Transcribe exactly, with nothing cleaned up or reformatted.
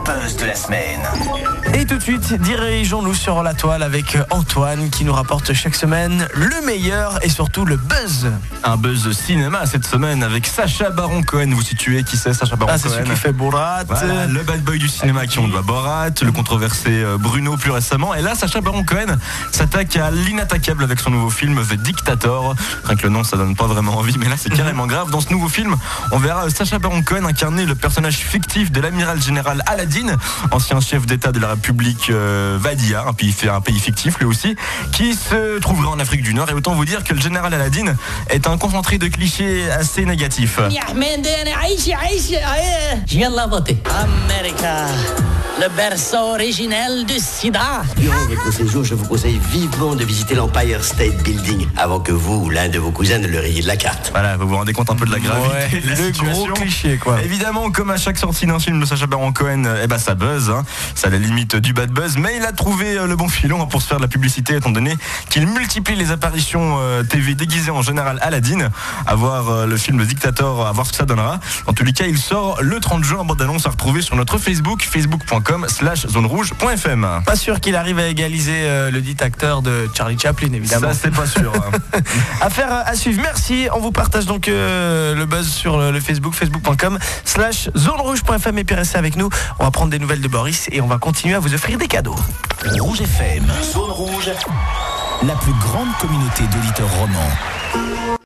buzz de la semaine. Et tout de suite, dirigeons-nous sur la toile avec Antoine qui nous rapporte chaque semaine le meilleur et surtout le buzz. Un buzz cinéma cette semaine avec Sacha Baron Cohen. Vous situez qui c'est Sacha Baron ah, c'est Cohen? celui qui fait Borat. Voilà, le bad boy du cinéma qui on doit Borat, le controversé Bruno plus récemment. Et là, Sacha Baron Cohen s'attaque à l'inattaquable avec son nouveau film The Dictator. Rien que le nom, ça donne pas vraiment envie, mais là, c'est carrément grave. Dans ce nouveau film, on verra Sacha Baron Cohen incarner le personnage fictif de l'amiral général Aladdin, ancien chef d'État de la République euh, Vadia, un pays, un pays fictif lui aussi, qui se trouverait en Afrique du Nord. Et autant vous dire que le général Aladdin est un concentré de clichés assez négatifs. Je viens de l'inventer. America, le berceau originel du sida. Durant votre séjour, je vous conseille vivement de visiter l'Empire State Building avant que vous ou l'un de vos cousins ne le rayiez de la carte. Voilà, vous vous rendez compte un peu de la gravité ouais, de la le situation. gros cliché, quoi. Évidemment, comme à chaque sortie d'un film de Sacha Baron Cohen, eh ben ça buzz, hein. Ça a la limite du bad buzz, mais il a trouvé le bon filon pour se faire de la publicité, étant donné qu'il multiplie les apparitions T V déguisées en général Aladdin. À voir le film Dictator, à voir ce que ça donnera. En tous les cas, il sort le trente juin en bande-annonce à retrouver sur notre Facebook, facebook.com slash zone rouge point f m. Pas sûr qu'il arrive à égaliser euh, le dit acteur de Charlie Chaplin, évidemment. Ça, c'est pas sûr. Affaire à suivre. Merci. On vous partage donc euh, le buzz sur le, le Facebook, facebook.com slash zone rouge point f m et puis restez avec nous. On va prendre des nouvelles de Boris et on va continuer à vous offrir des cadeaux. Rouge F M, Zone Rouge, la plus grande communauté d'auditeurs romans.